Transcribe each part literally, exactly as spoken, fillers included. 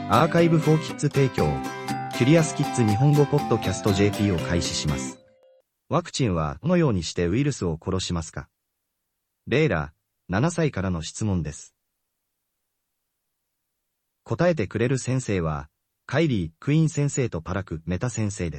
アーカイブフォーキッズ提供、キュリアスキッズ日本語ポッドキャスト ジェーピー を開始します。ワクチンはどのようにしてウイルスを殺しますか？レイラ、ななさいからの質問です。答えてくれる先生は、カイリー・クイーン先生とパラク・メタ先生です。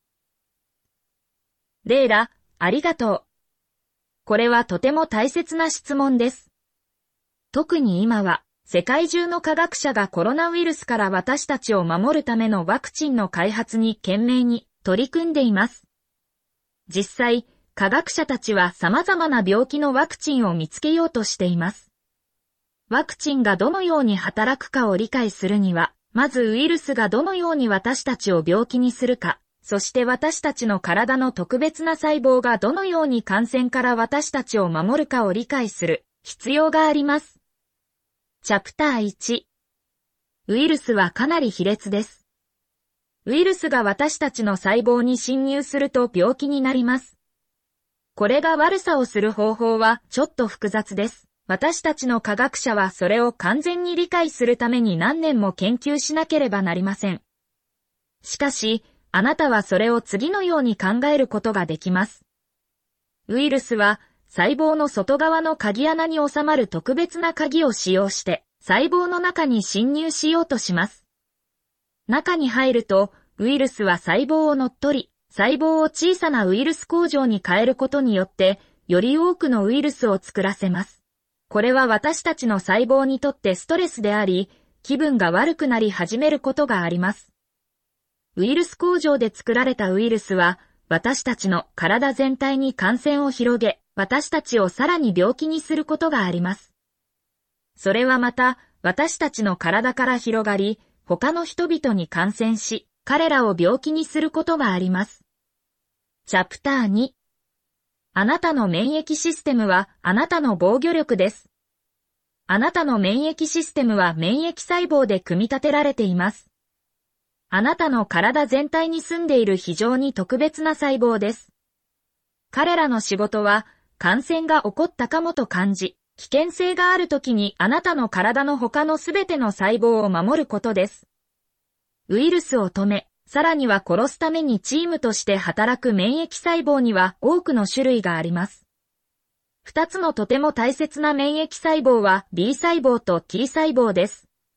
レイラ、ありがとう。これはとても大切な質問です。特に今は、世界中の科学者がコロナウイルスから私たちを守るためのワクチンの開発に懸命に取り組んでいます。実際、科学者たちは様々な病気のワクチンを見つけようとしています。ワクチンがどのように働くかを理解するには、まずウイルスがどのように私たちを病気にするか、そして私たちの体の特別な細胞がどのように感染から私たちを守るかを理解する必要があります。チャプターいち。ウイルスはかなり卑劣です。ウイルスが私たちの細胞に侵入すると病気になります。これが悪さをする方法はちょっと複雑です。私たちの科学者はそれを完全に理解するために何年も研究しなければなりません。しかし、あなたはそれを次のように考えることができます。ウイルスは、細胞の外側の鍵穴に収まる特別な鍵を使用して、細胞の中に侵入しようとします。中に入ると、ウイルスは細胞を乗っ取り、細胞を小さなウイルス工場に変えることによって、より多くのウイルスを作らせます。これは私たちの細胞にとってストレスであり、気分が悪くなり始めることがあります。ウイルス工場で作られたウイルスは、私たちの体全体に感染を広げ、私たちをさらに病気にすることがあります。それはまた、私たちの体から広がり、他の人々に感染し、彼らを病気にすることがあります。チャプターに。あなたの免疫システムはあなたの防御力です。あなたの免疫システムは免疫細胞で組み立てられています。あなたの体全体に住んでいる非常に特別な細胞です。彼らの仕事は、感染が起こったかもと感じ、危険性があるときにあなたの体の他のすべての細胞を守ることです。ウイルスを止め、さらには殺すためにチームとして働く免疫細胞には多くの種類があります。二つのとても大切な免疫細胞は B 細胞と T 細胞です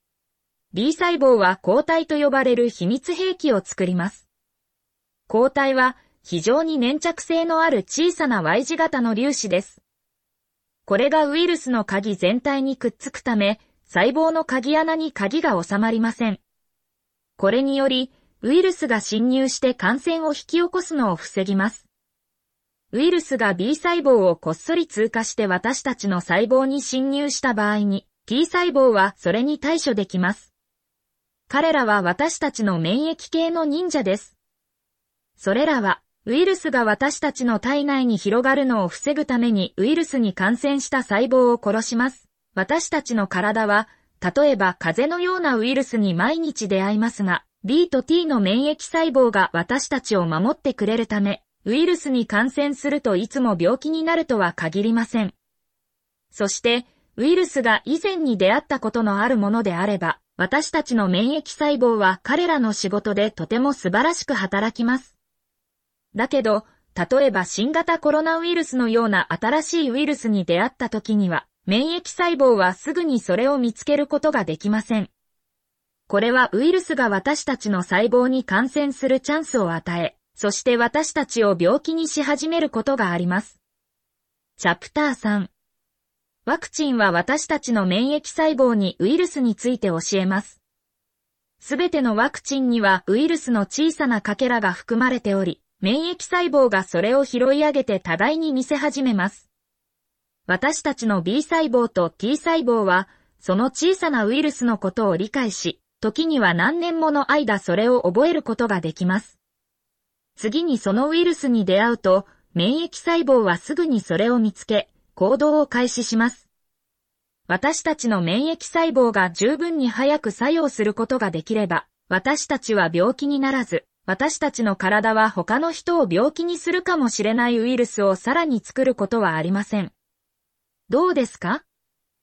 。B 細胞は抗体と呼ばれる秘密兵器を作ります。抗体は非常に粘着性のある小さな Y 字型の粒子です。これがウイルスの鍵全体にくっつくため、細胞の鍵穴に鍵が収まりません。これにより、ウイルスが侵入して感染を引き起こすのを防ぎます。ウイルスが B 細胞をこっそり通過して私たちの細胞に侵入した場合に、T 細胞はそれに対処できます。彼らは私たちの免疫系の忍者です。それらは、ウイルスが私たちの体内に広がるのを防ぐためにウイルスに感染した細胞を殺します。私たちの体は、例えば風邪のようなウイルスに毎日出会いますが、B と T の免疫細胞が私たちを守ってくれるため、ウイルスに感染するといつも病気になるとは限りません。そして、ウイルスが以前に出会ったことのあるものであれば、私たちの免疫細胞は彼らの仕事でとても素晴らしく働きます。だけど、例えば新型コロナウイルスのような新しいウイルスに出会った時には、免疫細胞はすぐにそれを見つけることができません。これはウイルスが私たちの細胞に感染するチャンスを与え、そして私たちを病気にし始めることがあります。チャプターさん。ワクチンは私たちの免疫細胞にウイルスについて教えます。すべてのワクチンにはウイルスの小さなかけらが含まれており、免疫細胞がそれを拾い上げて互いに見せ始めます。私たちの B 細胞と T 細胞は、その小さなウイルスのことを理解し、時には何年もの間それを覚えることができます。次にそのウイルスに出会うと、免疫細胞はすぐにそれを見つけ、行動を開始します。私たちの免疫細胞が十分に早く作用することができれば、私たちは病気にならず、私たちの体は他の人を病気にするかもしれないウイルスをさらに作ることはありません。どうですか？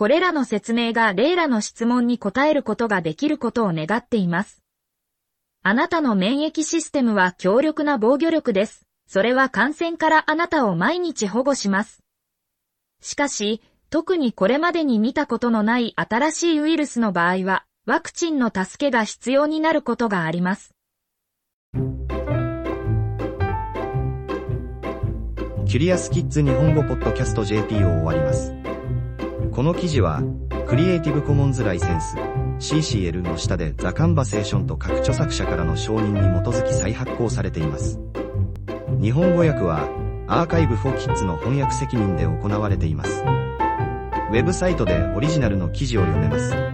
これらの説明が例らの質問に答えることができることを願っています。あなたの免疫システムは強力な防御力です。それは感染からあなたを毎日保護します。しかし、特にこれまでに見たことのない新しいウイルスの場合は、ワクチンの助けが必要になることがあります。 キュリアスキッズ日本語ポッドキャスト ジェーピー を終わります。この記事は、クリエイティブコモンズライセンス シーシーエル の下でザ・カンバセーションと各著作者からの承認に基づき再発行されています。日本語訳は、アーカイブ・フォー・キッズの翻訳責任で行われています。ウェブサイトでオリジナルの記事を読めます。